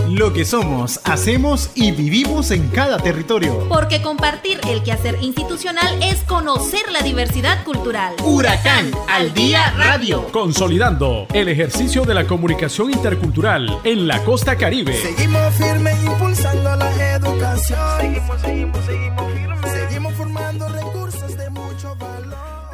Lo que somos, hacemos y vivimos en cada territorio. Porque compartir el quehacer institucional es conocer la diversidad cultural. Huracán al Día Radio. Consolidando el ejercicio de la comunicación intercultural en la costa Caribe. Seguimos firmes impulsando la educación. Seguimos firmes. Seguimos formando recursos de mucho valor.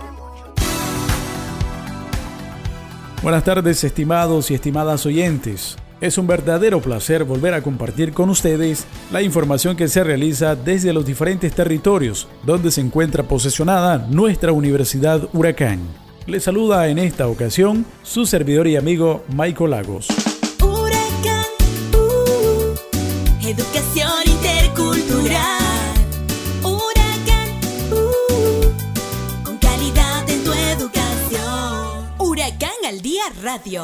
Buenas tardes, estimados y estimadas oyentes. Es un verdadero placer volver a compartir con ustedes la información que se realiza desde los diferentes territorios donde se encuentra posesionada nuestra Universidad Huracán. Les saluda en esta ocasión su servidor y amigo Michael Lagos. Huracán, educación intercultural. Huracán, con calidad en tu educación. Huracán al Día Radio.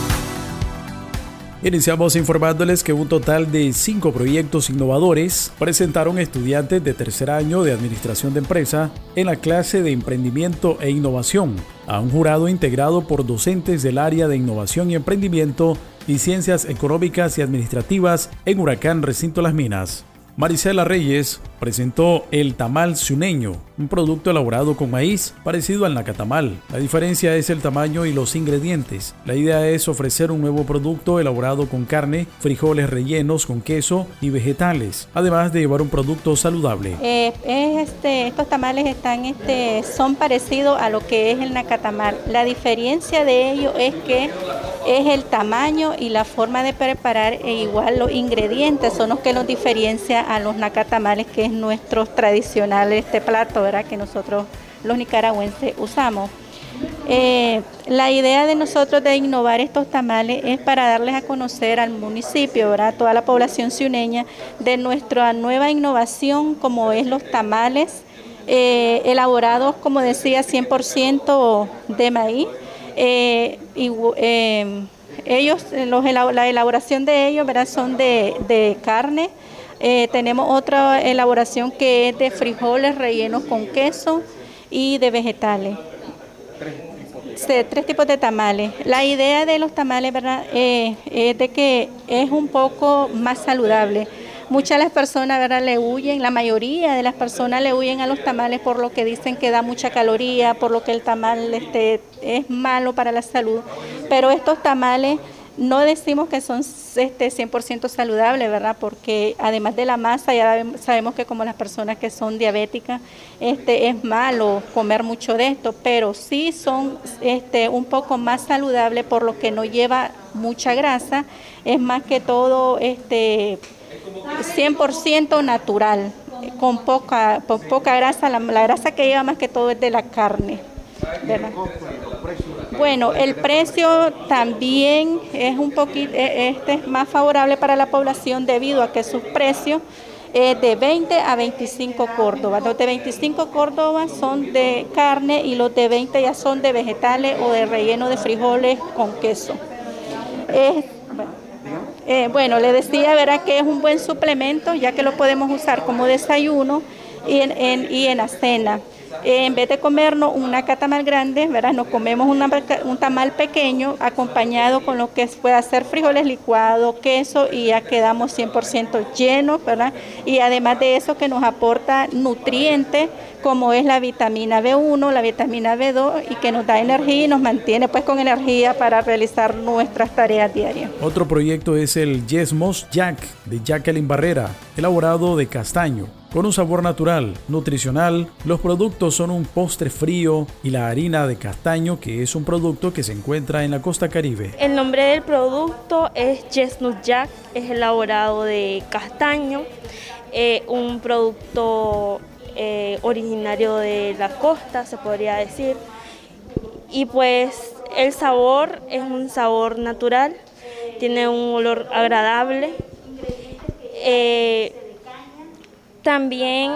Iniciamos informándoles que un total de 5 proyectos innovadores presentaron estudiantes de tercer año de Administración de Empresa en la clase de Emprendimiento e Innovación a un jurado integrado por docentes del área de Innovación y Emprendimiento y Ciencias Económicas y Administrativas en Huracán Recinto Las Minas. Marisela Reyes presentó el tamal ciuneño, un producto elaborado con maíz parecido al nacatamal. La diferencia es el tamaño y los ingredientes. La idea es ofrecer un nuevo producto elaborado con carne, frijoles rellenos con queso y vegetales, además de llevar un producto saludable. Estos tamales son parecidos a lo que es el nacatamal. La diferencia de ellos es que es el tamaño y la forma de preparar, e igual los ingredientes son los que los diferencia a los nacatamales, que es nuestro tradicional plato, ¿verdad?, que nosotros los nicaragüenses usamos. La idea de nosotros de innovar estos tamales es para darles a conocer al municipio, ¿verdad?, toda la población ciuneña, de nuestra nueva innovación, como es los tamales elaborados, como decía, 100% de maíz. La elaboración de ellos, ¿verdad?, son de carne. Tenemos otra elaboración que es de frijoles rellenos con queso y de vegetales. Tres tipos de tamales. La idea de los tamales, ¿verdad?, es de que es un poco más saludable. Muchas de las personas, ¿verdad?, le huyen, la mayoría de las personas le huyen a los tamales por lo que dicen que da mucha caloría, por lo que el tamal es malo para la salud. Pero estos tamales no decimos que son 100% saludables, ¿verdad?, porque además de la masa, ya sabemos que como las personas que son diabéticas, es malo comer mucho de esto, pero sí son un poco más saludables por lo que no lleva mucha grasa, es más que todo 100% natural, con poca grasa. La grasa que lleva más que todo es de la carne, ¿verdad? Bueno, el precio también es un poquito, es más favorable para la población debido a que sus precios de 20 a 25 córdobas. Los de 25 córdobas son de carne y los de 20 ya son de vegetales o de relleno de frijoles con queso. Bueno, le decía, ¿verdad?, que es un buen suplemento, ya que lo podemos usar como desayuno y en la cena. En vez de comernos un nacatamal grande, ¿verdad?, nos comemos un tamal pequeño acompañado con lo que puede ser frijoles licuados, queso, y ya quedamos 100% llenos, ¿verdad? Y además de eso, que nos aporta nutrientes como es la vitamina B1, la vitamina B2, y que nos da energía y nos mantiene pues con energía para realizar nuestras tareas diarias. Otro proyecto es el Yesmos Jack de Jacqueline Barrera, elaborado de castaño. Con un sabor natural, nutricional, los productos son un postre frío y la harina de castaño, que es un producto que se encuentra en la costa Caribe. El nombre del producto es Chestnut Jack, es elaborado de castaño, un producto originario de la costa, se podría decir. Y pues el sabor es un sabor natural, tiene un olor agradable. También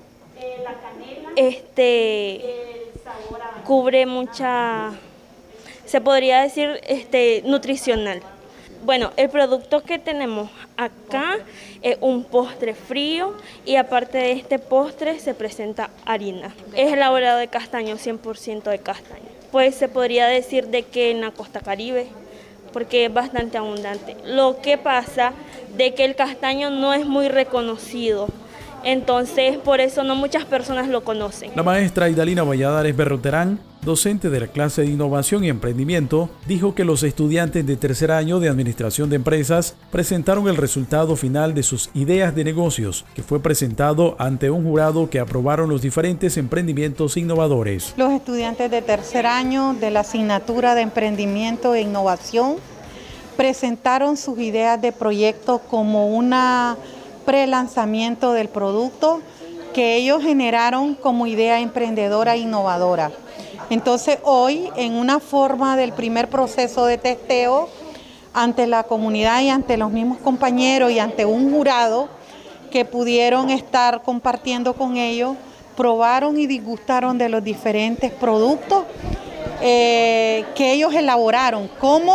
cubre mucha, se podría decir, nutricional. Bueno, el producto que tenemos acá es un postre frío y aparte de este postre se presenta harina. Es elaborado de castaño, 100% de castaño. Pues se podría decir de que en la costa Caribe, porque es bastante abundante. Lo que pasa de que el castaño no es muy reconocido. Entonces, por eso no muchas personas lo conocen. La maestra Idalina Valladares Berroterán, docente de la clase de Innovación y Emprendimiento, dijo que los estudiantes de tercer año de Administración de Empresas presentaron el resultado final de sus ideas de negocios, que fue presentado ante un jurado que aprobaron los diferentes emprendimientos innovadores. Los estudiantes de tercer año de la asignatura de Emprendimiento e Innovación presentaron sus ideas de proyecto como una pre-lanzamiento del producto que ellos generaron como idea emprendedora e innovadora. Entonces hoy, en una forma del primer proceso de testeo ante la comunidad y ante los mismos compañeros y ante un jurado que pudieron estar compartiendo con ellos, probaron y disgustaron de los diferentes productos que ellos elaboraron como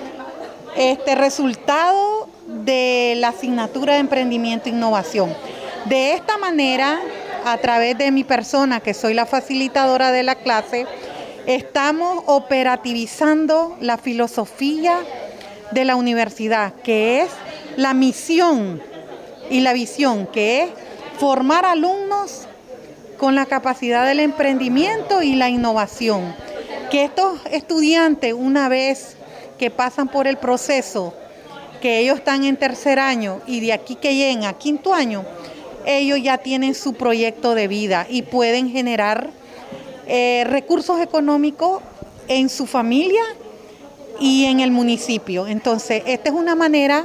resultado de la asignatura de Emprendimiento e Innovación. De esta manera, a través de mi persona, que soy la facilitadora de la clase, estamos operativizando la filosofía de la universidad, que es la misión y la visión, que es formar alumnos con la capacidad del emprendimiento y la innovación. Que estos estudiantes, una vez que pasan por el proceso, que ellos están en tercer año y de aquí que lleguen a quinto año, ellos ya tienen su proyecto de vida y pueden generar recursos económicos en su familia y en el municipio. Entonces, esta es una manera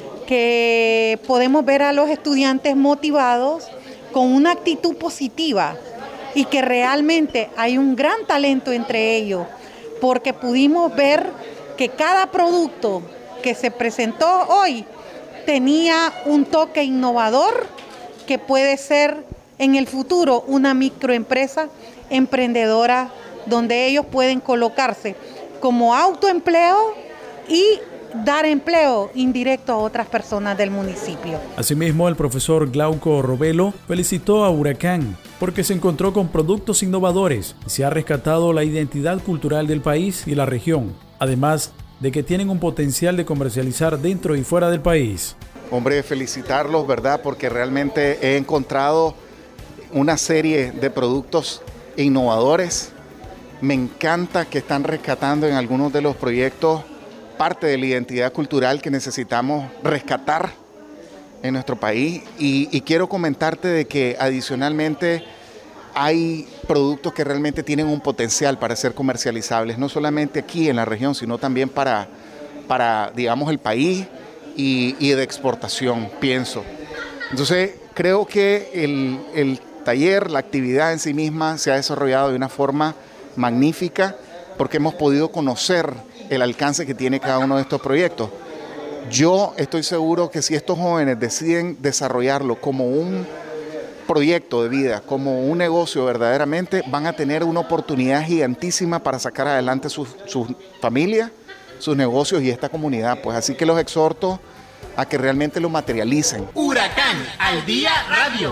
que podemos ver a los estudiantes motivados con una actitud positiva y que realmente hay un gran talento entre ellos, porque pudimos ver que cada producto que se presentó hoy tenía un toque innovador que puede ser en el futuro una microempresa emprendedora donde ellos pueden colocarse como autoempleo y dar empleo indirecto a otras personas del municipio. Asimismo, el profesor Glauco Robelo felicitó a Huracán porque se encontró con productos innovadores y se ha rescatado la identidad cultural del país y la región, además de que tienen un potencial de comercializar dentro y fuera del país. Hombre, felicitarlos, ¿verdad? Porque realmente he encontrado una serie de productos innovadores. Me encanta que están rescatando en algunos de los proyectos parte de la identidad cultural que necesitamos rescatar en nuestro país. Y quiero comentarte de que adicionalmente hay productos que realmente tienen un potencial para ser comercializables, no solamente aquí en la región, sino también para digamos, el país y de exportación, pienso. Entonces, creo que el taller, la actividad en sí misma se ha desarrollado de una forma magnífica porque hemos podido conocer el alcance que tiene cada uno de estos proyectos. Yo estoy seguro que si estos jóvenes deciden desarrollarlo como un proyecto de vida, como un negocio verdaderamente, van a tener una oportunidad gigantísima para sacar adelante su familia, sus negocios y esta comunidad. Pues así que los exhorto a que realmente lo materialicen. Huracán al Día Radio.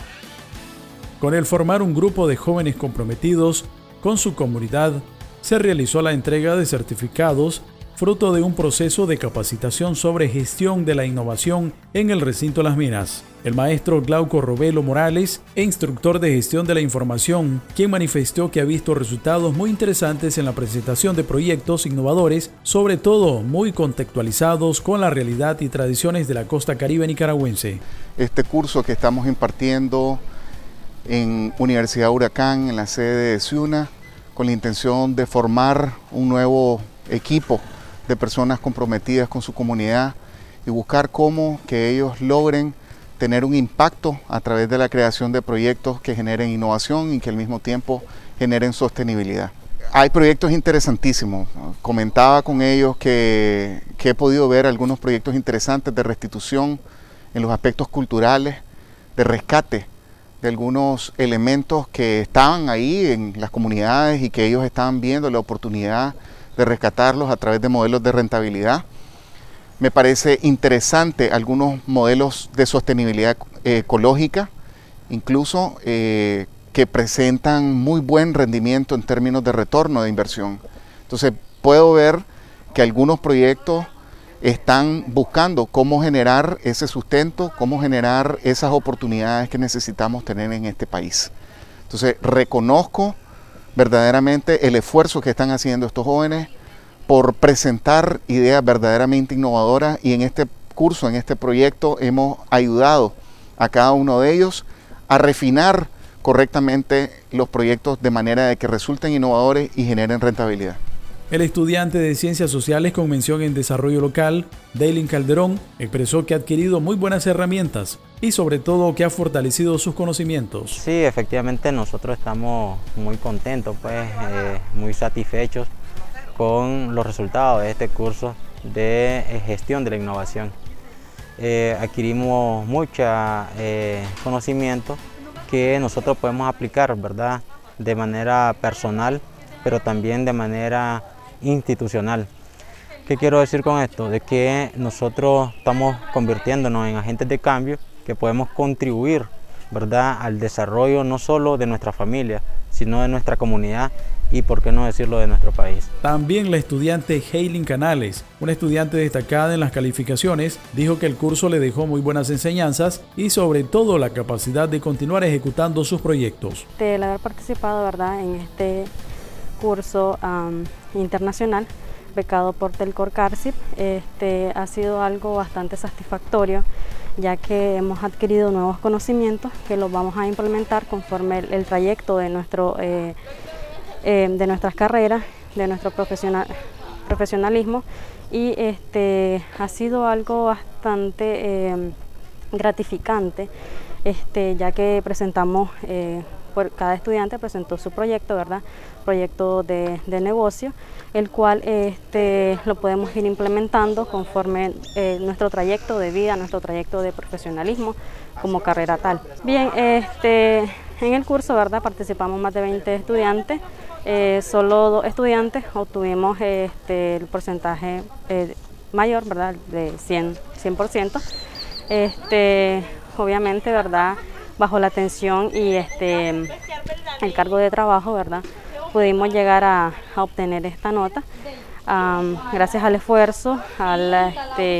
Con el formar un grupo de jóvenes comprometidos con su comunidad, se realizó la entrega de certificados fruto de un proceso de capacitación sobre gestión de la innovación en el recinto Las Minas. El maestro Glauco Robelo Morales, instructor de gestión de la información, quien manifestó que ha visto resultados muy interesantes en la presentación de proyectos innovadores, sobre todo muy contextualizados con la realidad y tradiciones de la costa caribe nicaragüense. Este curso que estamos impartiendo en Universidad Huracán, en la sede de Ciuna, con la intención de formar un nuevo equipo de personas comprometidas con su comunidad y buscar cómo que ellos logren tener un impacto a través de la creación de proyectos que generen innovación y que al mismo tiempo generen sostenibilidad. Hay proyectos interesantísimos. Comentaba con ellos que he podido ver algunos proyectos interesantes de restitución en los aspectos culturales, de rescate de algunos elementos que estaban ahí en las comunidades y que ellos estaban viendo la oportunidad de rescatarlos a través de modelos de rentabilidad. Me parece interesante algunos modelos de sostenibilidad ecológica, incluso que presentan muy buen rendimiento en términos de retorno de inversión. Entonces puedo ver que algunos proyectos están buscando cómo generar ese sustento, cómo generar esas oportunidades que necesitamos tener en este país. Entonces, reconozco verdaderamente el esfuerzo que están haciendo estos jóvenes por presentar ideas verdaderamente innovadoras, y en este curso, en este proyecto, hemos ayudado a cada uno de ellos a refinar correctamente los proyectos de manera de que resulten innovadores y generen rentabilidad. El estudiante de Ciencias Sociales con mención en Desarrollo Local, Daylin Calderón, expresó que ha adquirido muy buenas herramientas y sobre todo que ha fortalecido sus conocimientos. Sí, efectivamente nosotros estamos muy contentos, muy satisfechos con los resultados de este curso de gestión de la innovación. Adquirimos mucho conocimiento que nosotros podemos aplicar, ¿verdad?, de manera personal, pero también de manera institucional. ¿Qué quiero decir con esto? De que nosotros estamos convirtiéndonos en agentes de cambio que podemos contribuir, ¿verdad?, al desarrollo no solo de nuestra familia, sino de nuestra comunidad y, por qué no decirlo, de nuestro país. También la estudiante Heilin Canales, una estudiante destacada en las calificaciones, dijo que el curso le dejó muy buenas enseñanzas y sobre todo la capacidad de continuar ejecutando sus proyectos. El haber participado, ¿verdad?, en este curso internacional becado por Telcor CARCIP, ha sido algo bastante satisfactorio, ya que hemos adquirido nuevos conocimientos que los vamos a implementar conforme el trayecto de nuestras carreras, de nuestro profesionalismo, y ha sido algo bastante gratificante, ya que presentamos, cada estudiante presentó su proyecto, ¿verdad?, proyecto de negocio, el cual lo podemos ir implementando conforme nuestro trayecto de vida, nuestro trayecto de profesionalismo como carrera tal. Bien, en el curso, ¿verdad?, participamos más de 20 estudiantes, solo 2 estudiantes obtuvimos el porcentaje mayor, ¿verdad?, de 100%. Obviamente, ¿verdad?, bajo la atención y el cargo de trabajo, ¿verdad?, pudimos llegar a obtener esta nota gracias al esfuerzo, a la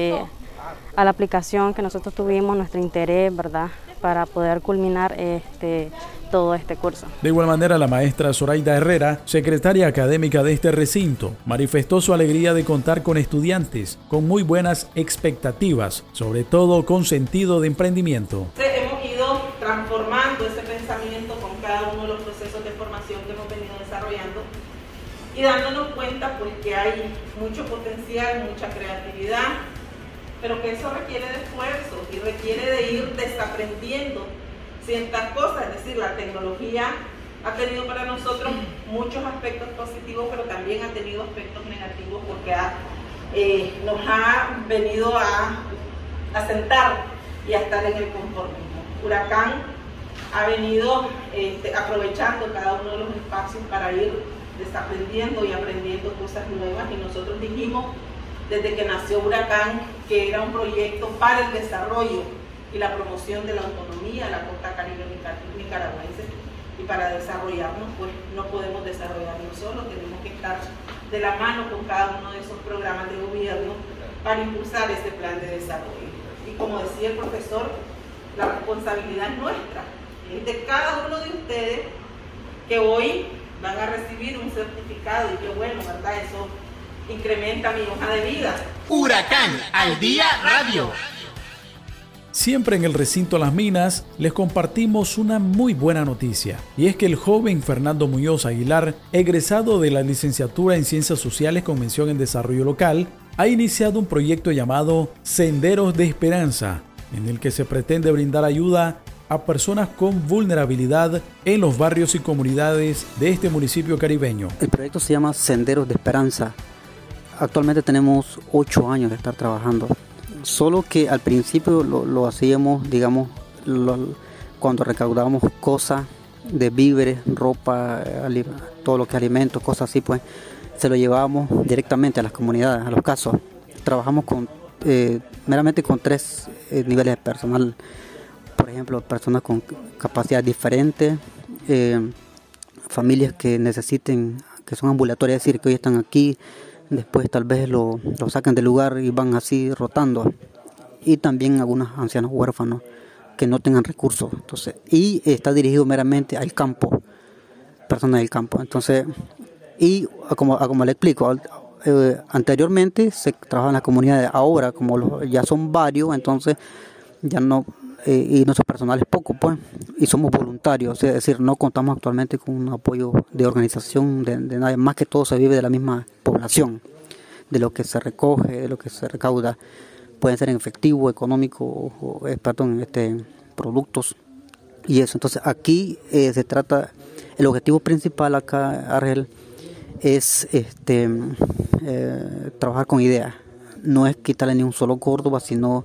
aplicación que nosotros tuvimos, nuestro interés, ¿verdad?, para poder culminar todo este curso. De igual manera, la maestra Zoraida Herrera, secretaria académica de este recinto, manifestó su alegría de contar con estudiantes con muy buenas expectativas, sobre todo con sentido de emprendimiento. Hemos ido transformando ese pensamiento con cada uno de los procesos de formación que hemos venido desarrollando y dándonos cuenta pues que hay mucho potencial, mucha creatividad, pero que eso requiere de esfuerzo y requiere de ir desaprendiendo ciertas cosas. Es decir, la tecnología ha tenido para nosotros muchos aspectos positivos, pero también ha tenido aspectos negativos porque nos ha venido a sentar y a estar en el conformismo. Huracán ha venido aprovechando cada uno de los espacios para ir desaprendiendo y aprendiendo cosas nuevas, y nosotros dijimos desde que nació Huracán que era un proyecto para el desarrollo y la promoción de la autonomía de la costa caribe nicaragüense, y para desarrollarnos pues no podemos desarrollarnos solos, tenemos que estar de la mano con cada uno de esos programas de gobierno para impulsar ese plan de desarrollo. Y como decía el profesor, la responsabilidad es nuestra, es de cada uno de ustedes, que hoy van a recibir un certificado, y qué bueno, ¿verdad? Eso incrementa mi hoja de vida. Huracán al Día Radio. Siempre en el recinto Las Minas les compartimos una muy buena noticia, y es que el joven Fernando Muñoz Aguilar, egresado de la licenciatura en Ciencias Sociales con mención en Desarrollo Local, ha iniciado un proyecto llamado Senderos de Esperanza, en el que se pretende brindar ayuda a personas con vulnerabilidad en los barrios y comunidades de este municipio caribeño. El proyecto se llama Senderos de Esperanza. Actualmente tenemos 8 años de estar trabajando. Solo que al principio lo hacíamos, digamos, cuando recaudábamos cosas de víveres, ropa, todo lo que es alimentos, cosas así, pues se lo llevábamos directamente a las comunidades, a los casos. Trabajamos meramente con 3 niveles de personal. Por ejemplo, personas con capacidades diferentes, familias que necesiten, que son ambulatorias, es decir, que hoy están aquí, después tal vez lo sacan del lugar y van así rotando. Y también algunos ancianos huérfanos que no tengan recursos. Entonces, y está dirigido meramente al campo, personas del campo. Entonces, y como le explico, anteriormente se trabajaba en las comunidades, ahora como ya son varios, entonces ya no, y nuestro personal es poco, pues, y somos voluntarios, es decir, no contamos actualmente con un apoyo de organización de nadie, más que todo se vive de la misma población, de lo que se recoge, de lo que se recauda, pueden ser en efectivo, económico, productos y eso. Entonces aquí se trata, el objetivo principal acá, Argel, es trabajar con ideas, no es quitarle ni un solo Córdoba, sino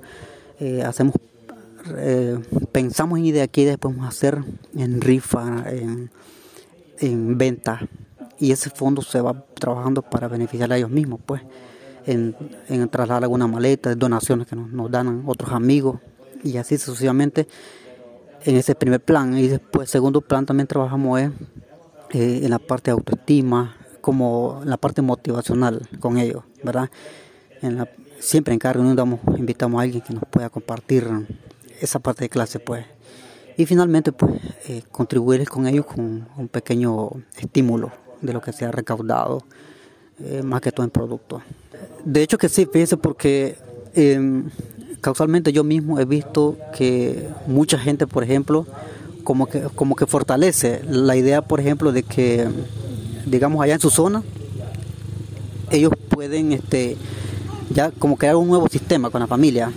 pensamos en ideas, qué ideas podemos hacer en rifa, en venta, y ese fondo se va trabajando para beneficiar a ellos mismos, pues, en trasladar alguna maleta, donaciones que nos dan otros amigos, y así sucesivamente en ese primer plan. Y después, segundo plan, también trabajamos en la parte de autoestima, como en la parte motivacional con ellos, ¿verdad? Siempre en cada reunión invitamos a alguien que nos pueda compartir esa parte de clase, pues. Y finalmente, pues, contribuir con ellos con un pequeño estímulo de lo que se ha recaudado, más que todo en productos. De hecho que sí, fíjese, porque causalmente yo mismo he visto que mucha gente, por ejemplo, como que fortalece la idea, por ejemplo, de que, digamos, allá en su zona, ellos pueden ya como crear un nuevo sistema con la familia.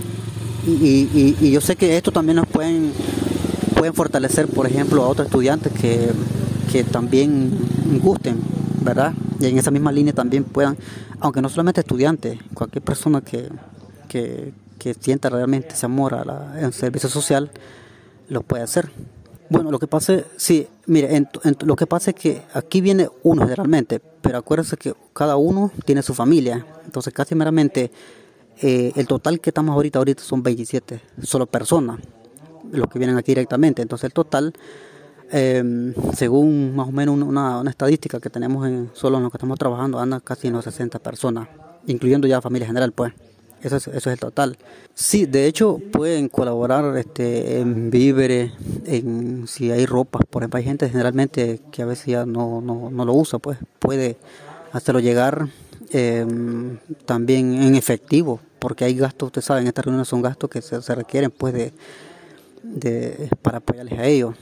Y yo sé que esto también nos pueden fortalecer, por ejemplo, a otros estudiantes que también gusten, ¿verdad? Y en esa misma línea también puedan, aunque no solamente estudiantes, cualquier persona que sienta realmente ese amor al servicio social, lo puede hacer. Bueno, lo que pasa es, sí, mire, lo que pasa es que aquí viene uno generalmente, pero acuérdense que cada uno tiene su familia, entonces casi meramente el total que estamos ahorita son 27 solo personas, los que vienen aquí directamente. Entonces el total, según más o menos una estadística que tenemos solo en lo que estamos trabajando, anda casi en los 60 personas, incluyendo ya la familia general, pues. Eso es el total. Sí, de hecho pueden colaborar en víveres, si hay ropa. Por ejemplo, hay gente generalmente que a veces ya no lo usa, pues puede hacerlo llegar. También en efectivo, porque hay gastos, ustedes saben, estas reuniones son gastos que se requieren, pues, para apoyarles a ellos.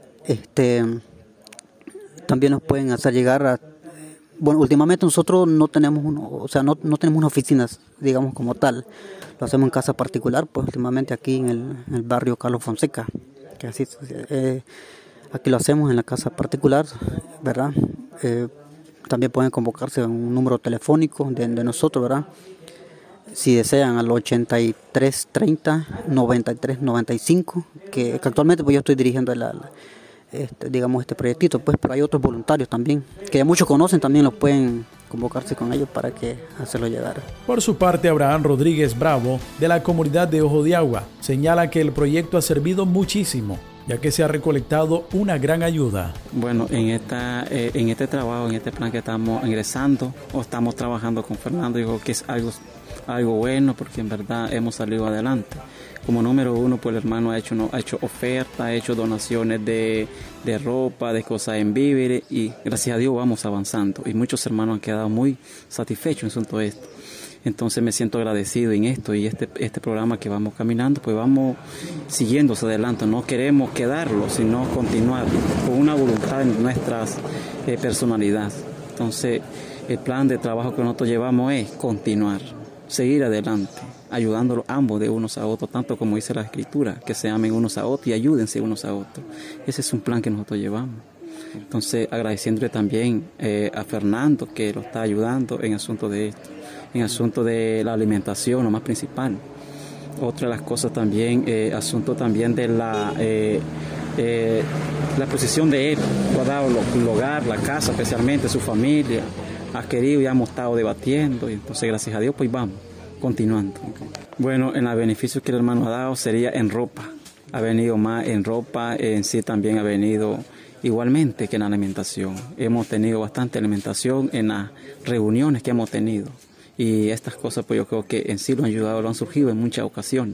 También nos pueden hacer llegar bueno, últimamente nosotros no tenemos no tenemos una oficina, digamos, como tal. Lo hacemos en casa particular, pues últimamente aquí en el barrio Carlos Fonseca, que así aquí lo hacemos en la casa particular, ¿verdad? También pueden convocarse a un número telefónico de nosotros, ¿verdad? Si desean, al 8330 9395, que actualmente pues yo estoy dirigiendo digamos este proyectito, pues, pero hay otros voluntarios también que ya muchos conocen, también los pueden convocarse con ellos para que hacerlo llegar. Por su parte, Abraham Rodríguez Bravo, de la comunidad de Ojo de Agua, señala que el proyecto ha servido muchísimo, ya que se ha recolectado una gran ayuda. Bueno, en este trabajo, en este plan que estamos ingresando o estamos trabajando con Fernando, digo que es algo bueno, porque en verdad hemos salido adelante. Como número uno, pues el hermano ha hecho ofertas, ha hecho donaciones de ropa, de cosas en víveres, y gracias a Dios vamos avanzando. Y muchos hermanos han quedado muy satisfechos en todo esto. Entonces me siento agradecido en esto, y este programa que vamos caminando, pues vamos siguiendo hacia adelante. No queremos quedarlo, sino continuar con una voluntad en nuestras personalidades. Entonces el plan de trabajo que nosotros llevamos es continuar, seguir adelante, ayudándolos ambos de unos a otros, tanto como dice la Escritura, que se amen unos a otros y ayúdense unos a otros. Ese es un plan que nosotros llevamos. Entonces, agradeciéndole también a Fernando, que lo está ayudando en asunto de esto, en asunto de la alimentación, lo más principal. Otra de las cosas también, asunto también de la posición de él, lo ha dado el hogar, la casa, especialmente su familia, ha querido y hemos estado debatiendo, y entonces gracias a Dios pues vamos continuando. Bueno, en los beneficios que el hermano ha dado sería en ropa, ha venido más en ropa, en sí también ha venido igualmente que en la alimentación. Hemos tenido bastante alimentación en las reuniones que hemos tenido. Y estas cosas pues yo creo que en sí lo han surgido en muchas ocasiones.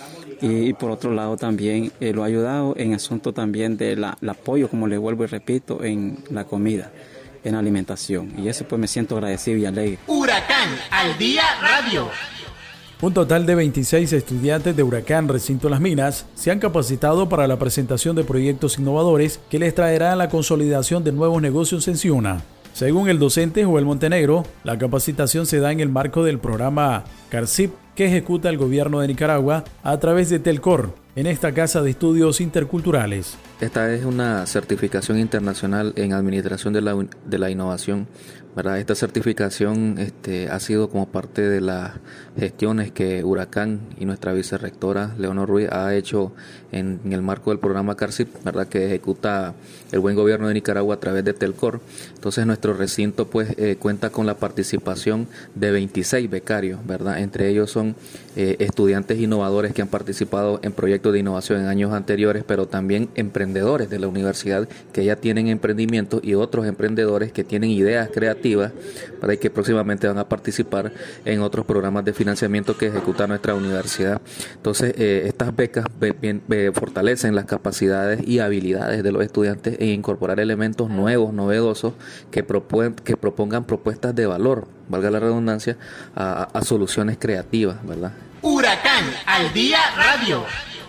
Y por otro lado también lo ha ayudado en asunto también del apoyo, como le vuelvo y repito, en la comida, en la alimentación. Y eso pues me siento agradecido y alegre. Huracán al Día Radio. Un total de 26 estudiantes de Huracán Recinto Las Minas se han capacitado para la presentación de proyectos innovadores que les traerán la consolidación de nuevos negocios en Ciuna. Según el docente Joel Montenegro, la capacitación se da en el marco del programa CARCIP que ejecuta el gobierno de Nicaragua a través de Telcor en esta Casa de Estudios Interculturales. Esta es una certificación internacional en administración de la innovación, ¿verdad? Esta certificación ha sido como parte de las gestiones que Huracán y nuestra vicerrectora Leonor Ruiz ha hecho en el marco del programa CARCIP, ¿verdad? Que ejecuta el buen gobierno de Nicaragua a través de Telcor. Entonces nuestro recinto pues cuenta con la participación de 26 becarios, ¿verdad? Entre ellos son estudiantes innovadores que han participado en proyectos de innovación en años anteriores, pero también emprendedores de la universidad que ya tienen emprendimientos y otros emprendedores que tienen ideas creativas para que próximamente van a participar en otros programas de financiamiento que ejecuta nuestra universidad. Entonces estas becas fortalecen las capacidades y habilidades de los estudiantes en incorporar elementos nuevos, novedosos que propongan propuestas de valor, valga la redundancia, a soluciones creativas, ¿verdad? Huracán al Día Radio.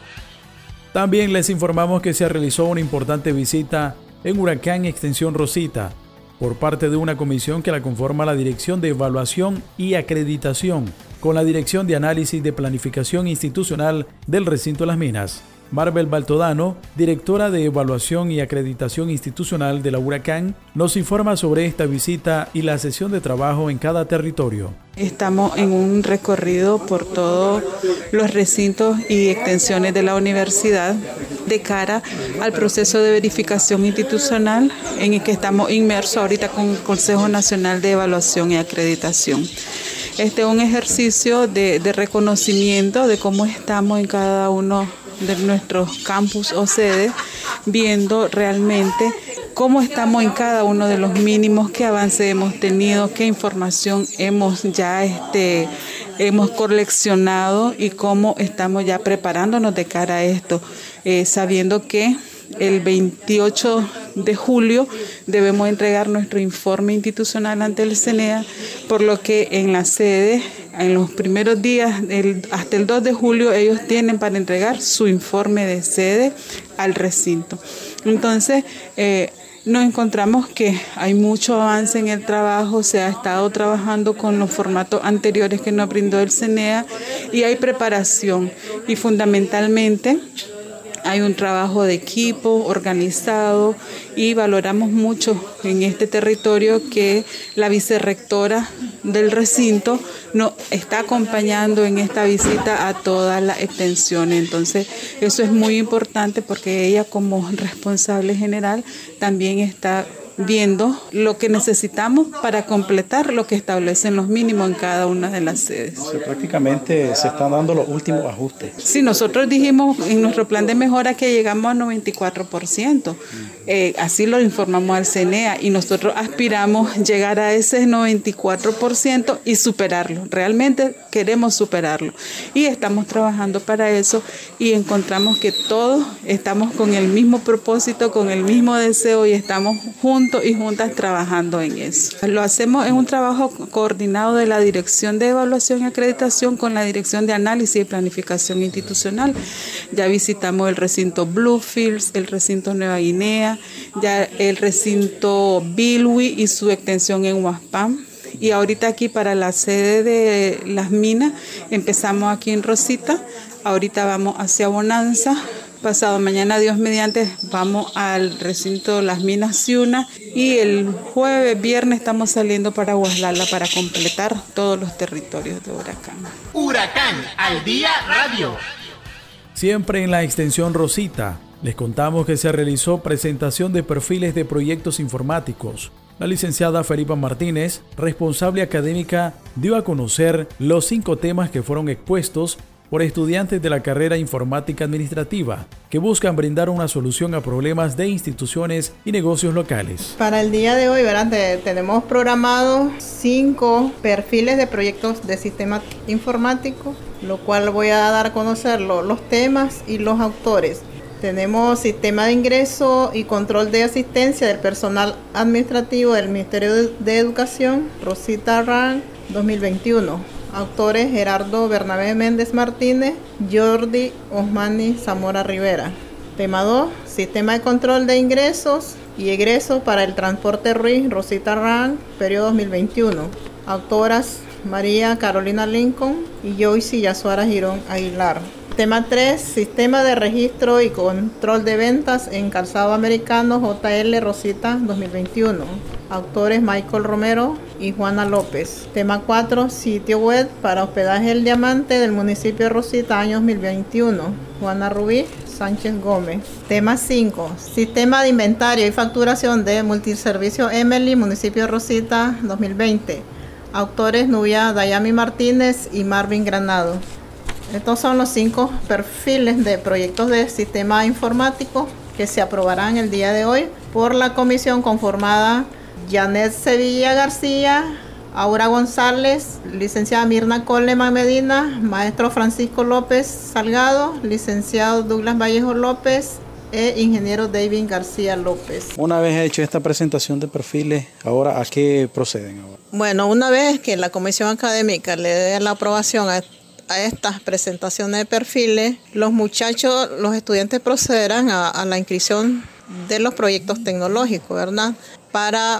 También les informamos que se realizó una importante visita en Huracán Extensión Rosita por parte de una comisión que la conforma la Dirección de Evaluación y Acreditación con la Dirección de Análisis de Planificación Institucional del Recinto Las Minas. Marvel Baltodano, directora de Evaluación y Acreditación Institucional de la Huracán, nos informa sobre esta visita y la sesión de trabajo en cada territorio. Estamos en un recorrido por todos los recintos y extensiones de la universidad de cara al proceso de verificación institucional en el que estamos inmersos ahorita con el Consejo Nacional de Evaluación y Acreditación. Este es un ejercicio de reconocimiento de cómo estamos en cada uno de nuestros campus o sedes, viendo realmente cómo estamos en cada uno de los mínimos, qué avance hemos tenido, qué información hemos coleccionado y cómo estamos ya preparándonos de cara a esto, sabiendo que el 28 de julio debemos entregar nuestro informe institucional ante el CNEA, por lo que en la sede, en los primeros días, hasta el 2 de julio, ellos tienen para entregar su informe de sede al recinto. Entonces, nos encontramos que hay mucho avance en el trabajo, se ha estado trabajando con los formatos anteriores que nos brindó el CNEA y hay preparación y fundamentalmente hay un trabajo de equipo organizado y valoramos mucho en este territorio que la vicerrectora del recinto nos está acompañando en esta visita a todas las extensiones. Entonces, eso es muy importante porque ella como responsable general también está viendo lo que necesitamos para completar lo que establecen los mínimos en cada una de las sedes. O sea, prácticamente se están dando los últimos ajustes. Sí, nosotros dijimos en nuestro plan de mejora que llegamos al 94%. Así lo informamos al CNEA y nosotros aspiramos llegar a ese 94% y superarlo. Realmente queremos superarlo y estamos trabajando para eso y encontramos que todos estamos con el mismo propósito, con el mismo deseo y estamos juntos y juntas trabajando en eso. Lo hacemos en un trabajo coordinado de la Dirección de Evaluación y Acreditación con la Dirección de Análisis y Planificación Institucional. Ya visitamos el recinto Bluefields, el recinto Nueva Guinea, ya el recinto Bilwi y su extensión en Huaspán. Y ahorita aquí para la sede de Las Minas, empezamos aquí en Rosita, ahorita vamos hacia Bonanza. Pasado mañana, Dios mediante, vamos al recinto Las Minas Ciuna y el viernes estamos saliendo para Guaslala para completar todos los territorios de Huracán. Huracán al Día Radio. Siempre en la extensión Rosita, les contamos que se realizó presentación de perfiles de proyectos informáticos. La licenciada Felipa Martínez, responsable académica, dio a conocer los 5 temas que fueron expuestos por estudiantes de la carrera Informática Administrativa, que buscan brindar una solución a problemas de instituciones y negocios locales. Para el día de hoy, ¿verdad? Tenemos programados 5 perfiles de proyectos de sistema informático, lo cual voy a dar a conocer los temas y los autores. Tenemos sistema de ingreso y control de asistencia del personal administrativo del Ministerio de Educación, Rosita Rang, 2021. Autores: Gerardo Bernabé Méndez Martínez, Jordi Osmani Zamora Rivera. Tema 2, sistema de control de ingresos y egresos para el transporte Ruiz, Rosita Rang, periodo 2021. Autoras: María Carolina Lincoln y Joyce Yasuara Girón Aguilar. Tema 3, sistema de registro y control de ventas en calzado americano, JL Rosita, 2021. Autores: Michael Romero y Juana López. Tema 4, sitio web para hospedaje El Diamante del municipio de Rosita, año 2021. Juana Rubí Sánchez Gómez. Tema 5, sistema de inventario y facturación de multiservicio Emily, municipio de Rosita, 2020. Autores: Nubia Dayami Martínez y Marvin Granado. Estos son los 5 perfiles de proyectos de sistema informático que se aprobarán el día de hoy por la comisión conformada Janet Sevilla García, Aura González, licenciada Mirna Coleman Medina, maestro Francisco López Salgado, licenciado Douglas Vallejo López e ingeniero David García López. Una vez hecho esta presentación de perfiles, ahora ¿a qué proceden ahora? Bueno, una vez que la comisión académica le dé la aprobación a estas presentaciones de perfiles, los estudiantes procederán a la inscripción de los proyectos tecnológicos, ¿verdad? Para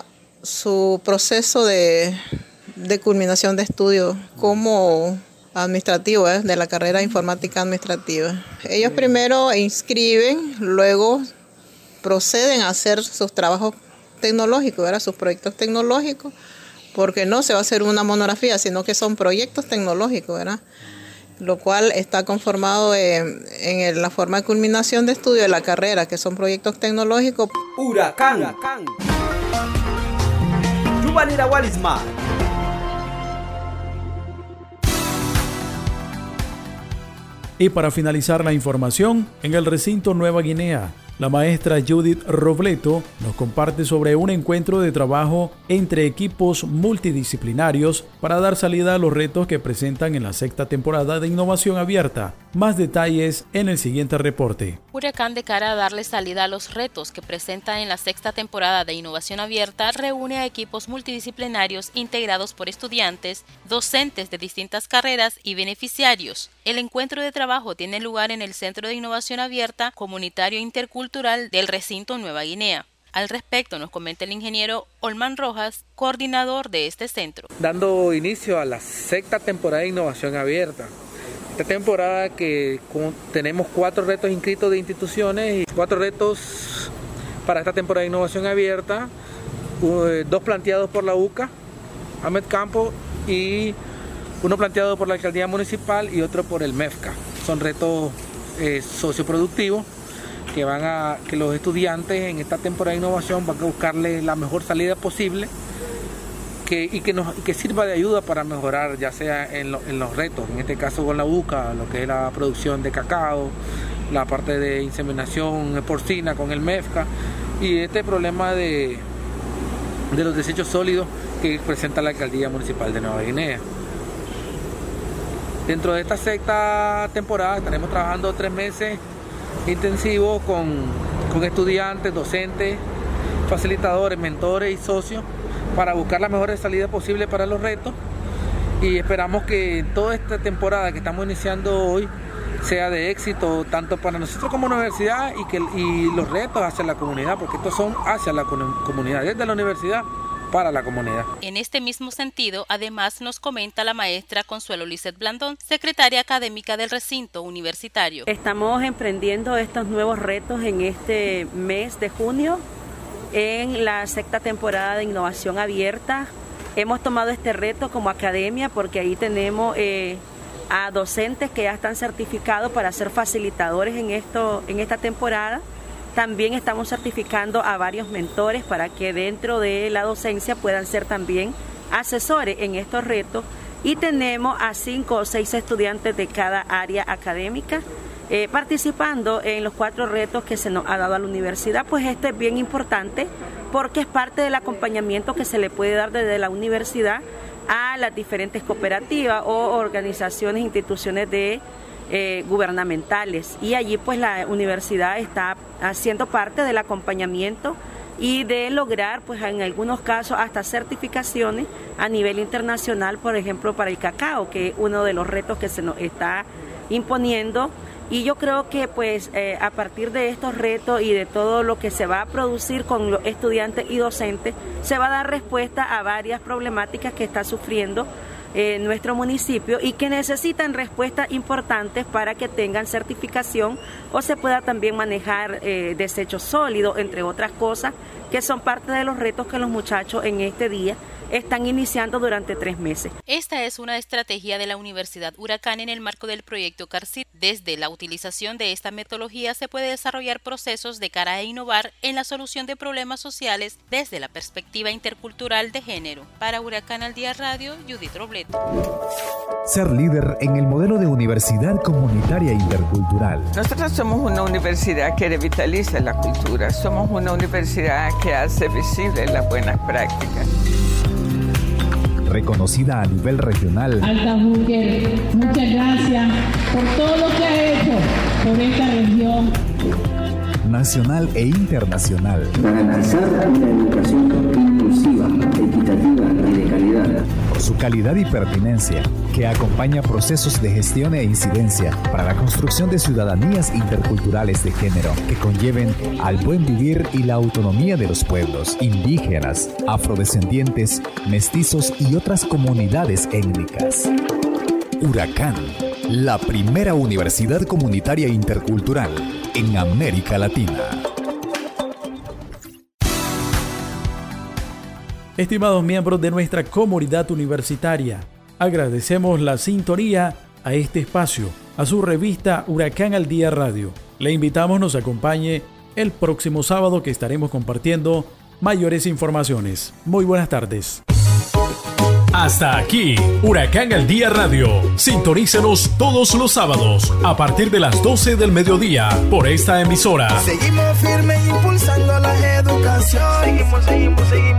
su proceso de culminación de estudios como administrativo, de la carrera Informática Administrativa. Ellos primero inscriben, luego proceden a hacer sus trabajos tecnológicos, ¿verdad? Sus proyectos tecnológicos, porque no se va a hacer una monografía, sino que son proyectos tecnológicos, ¿verdad? Lo cual está conformado en la forma de culminación de estudio de la carrera, que son proyectos tecnológicos. Huracán. Yubanira Walismar. Y para finalizar la información, en el recinto Nueva Guinea, la maestra Judith Robleto nos comparte sobre un encuentro de trabajo entre equipos multidisciplinarios para dar salida a los retos que presentan en la 6ª temporada de Innovación Abierta. Más detalles en el siguiente reporte. Huracán, de cara a darle salida a los retos que presenta en la 6ª temporada de Innovación Abierta, reúne a equipos multidisciplinarios integrados por estudiantes, docentes de distintas carreras y beneficiarios. El encuentro de trabajo tiene lugar en el Centro de Innovación Abierta Comunitario Intercultural del recinto Nueva Guinea. Al respecto nos comenta el ingeniero Olman Rojas, coordinador de este centro. Dando inicio a la 6ª temporada de Innovación Abierta. Esta temporada que tenemos 4 retos inscritos de instituciones y 4 retos para esta temporada de Innovación Abierta, 2 planteados por la UCA, Ahmed Campo, y uno planteado por la Alcaldía Municipal y otro por el MEFCA. Son retos socioproductivos que los estudiantes en esta temporada de innovación van a buscarle la mejor salida posible que sirva de ayuda para mejorar, ya sea en los retos, en este caso con la UCA, lo que es la producción de cacao, la parte de inseminación porcina con el MEFCA y este problema de los desechos sólidos que presenta la Alcaldía Municipal de Nueva Guinea. Dentro de esta 6ª temporada estaremos trabajando 3 meses intensivos con estudiantes, docentes, facilitadores, mentores y socios para buscar las mejores salidas posibles para los retos y esperamos que toda esta temporada que estamos iniciando hoy sea de éxito tanto para nosotros como universidad y los retos hacia la comunidad, porque estos son hacia la comunidad, desde la universidad para la comunidad. En este mismo sentido, además nos comenta la maestra Consuelo Lizeth Blandón, secretaria académica del recinto universitario. Estamos emprendiendo estos nuevos retos en este mes de junio en la 6ª temporada de Innovación Abierta. Hemos tomado este reto como academia porque ahí tenemos a docentes que ya están certificados para ser facilitadores en esta temporada. También estamos certificando a varios mentores para que dentro de la docencia puedan ser también asesores en estos retos y tenemos a 5 o 6 estudiantes de cada área académica participando en los 4 retos que se nos ha dado a la universidad. Pues esto es bien importante porque es parte del acompañamiento que se le puede dar desde la universidad a las diferentes cooperativas o organizaciones, instituciones gubernamentales, y allí pues la universidad está haciendo parte del acompañamiento y de lograr pues en algunos casos hasta certificaciones a nivel internacional, por ejemplo para el cacao, que es uno de los retos que se nos está imponiendo. Y yo creo que pues a partir de estos retos y de todo lo que se va a producir con los estudiantes y docentes, se va a dar respuesta a varias problemáticas que está sufriendo nuestro municipio y que necesitan respuestas importantes para que tengan certificación o se pueda también manejar desechos sólidos, entre otras cosas, que son parte de los retos que los muchachos en este día están iniciando durante 3 meses. Esta es una estrategia de la Universidad Huracán en el marco del proyecto CARCIT. Desde la utilización de esta metodología se puede desarrollar procesos de cara a innovar en la solución de problemas sociales desde la perspectiva intercultural de género. Para Huracán al Día Radio, Judith Robleto. Ser líder en el modelo de universidad comunitaria intercultural. Nosotros somos una universidad que revitaliza la cultura, somos una universidad que hace visibles las buenas prácticas. Reconocida a nivel regional. Alta Búquer, muchas gracias por todo lo que ha hecho por esta región. Nacional e internacional. Garantizar una educación inclusiva, equitativa y de calidad. Por su calidad y pertinencia, que acompaña procesos de gestión e incidencia para la construcción de ciudadanías interculturales de género que conlleven al buen vivir y la autonomía de los pueblos indígenas, afrodescendientes, mestizos y otras comunidades étnicas. Huracán, la primera universidad comunitaria intercultural en América Latina. Estimados miembros de nuestra comunidad universitaria, agradecemos la sintonía a este espacio, a su revista Huracán al Día Radio. Le invitamos nos acompañe el próximo sábado que estaremos compartiendo mayores informaciones. Muy buenas tardes. Hasta aquí, Huracán al Día Radio. Sintonícenos todos los sábados a partir de las 12 del mediodía por esta emisora. Seguimos firmes impulsando la educación. Seguimos